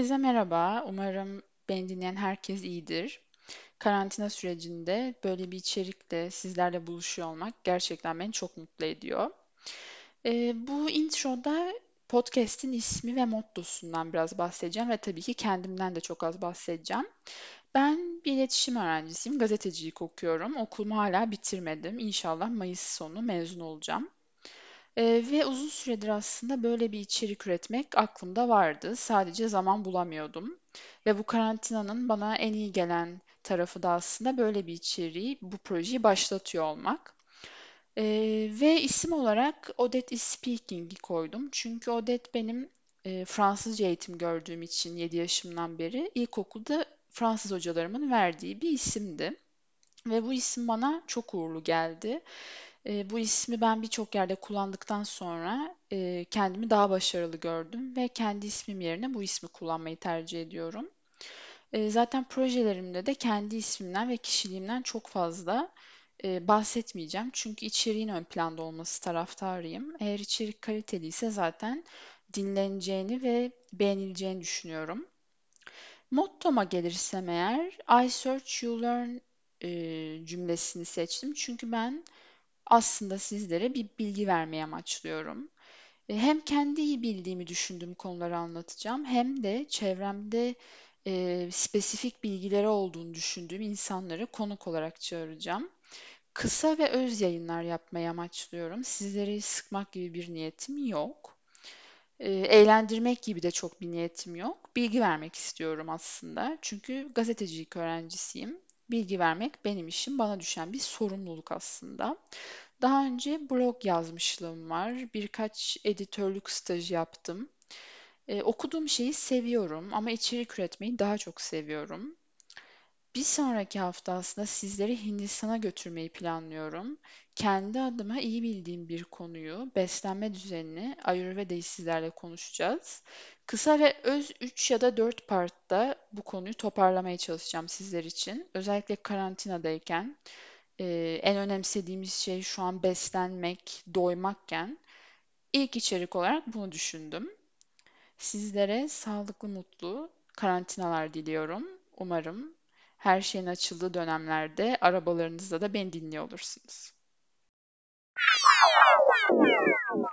Herkese merhaba. Umarım beni dinleyen herkes iyidir. Karantina sürecinde böyle bir içerikle sizlerle buluşuyor olmak gerçekten beni çok mutlu ediyor. Bu introda podcast'in ismi ve mottosundan biraz bahsedeceğim ve tabii ki kendimden de çok az bahsedeceğim. Ben bir iletişim öğrencisiyim, gazetecilik okuyorum. Okulumu hala bitirmedim. İnşallah Mayıs sonu mezun olacağım. Ve uzun süredir aslında böyle bir içerik üretmek aklımda vardı. Sadece zaman bulamıyordum. Ve bu karantinanın bana en iyi gelen tarafı da aslında böyle bir içeriği, bu projeyi başlatıyor olmak. Ve isim olarak Odette is Speaking'i koydum. Çünkü Odette benim Fransızca eğitim gördüğüm için 7 yaşımdan beri ilkokulda Fransız hocalarımın verdiği bir isimdi. Ve bu isim bana çok uğurlu geldi. Bu ismi ben birçok yerde kullandıktan sonra kendimi daha başarılı gördüm ve kendi ismim yerine bu ismi kullanmayı tercih ediyorum. Zaten projelerimde de kendi ismimden ve kişiliğimden çok fazla bahsetmeyeceğim. Çünkü içeriğin ön planda olması taraftarıyım. Eğer içerik kaliteliyse zaten dinleneceğini ve beğenileceğini düşünüyorum. Mottoma gelirsem eğer, I search you learn cümlesini seçtim. Çünkü ben aslında sizlere bir bilgi vermeye amaçlıyorum. Hem kendi iyi bildiğimi düşündüğüm konuları anlatacağım, hem de çevremde spesifik bilgileri olduğunu düşündüğüm insanları konuk olarak çağıracağım. Kısa ve öz yayınlar yapmayı amaçlıyorum. Sizleri sıkmak gibi bir niyetim yok. Eğlendirmek gibi de çok bir niyetim yok. Bilgi vermek istiyorum aslında. Çünkü gazetecilik öğrencisiyim. Bilgi vermek benim işim, bana düşen bir sorumluluk aslında. Daha önce blog yazmışlığım var. Birkaç editörlük stajı yaptım. Okuduğum şeyi seviyorum ama içerik üretmeyi daha çok seviyorum. Bir sonraki hafta aslında sizleri Hindistan'a götürmeyi planlıyorum. Kendi adıma iyi bildiğim bir konuyu, beslenme düzenini, Ayurveda'yı sizlerle konuşacağız. Kısa ve öz 3 ya da 4 partta bu konuyu toparlamaya çalışacağım sizler için. Özellikle karantinadayken en önemsediğimiz şey şu an beslenmek, doymakken ilk içerik olarak bunu düşündüm. Sizlere sağlıklı, mutlu karantinalar diliyorum. Umarım her şeyin açıldığı dönemlerde arabalarınızda da beni dinliyor olursunuz.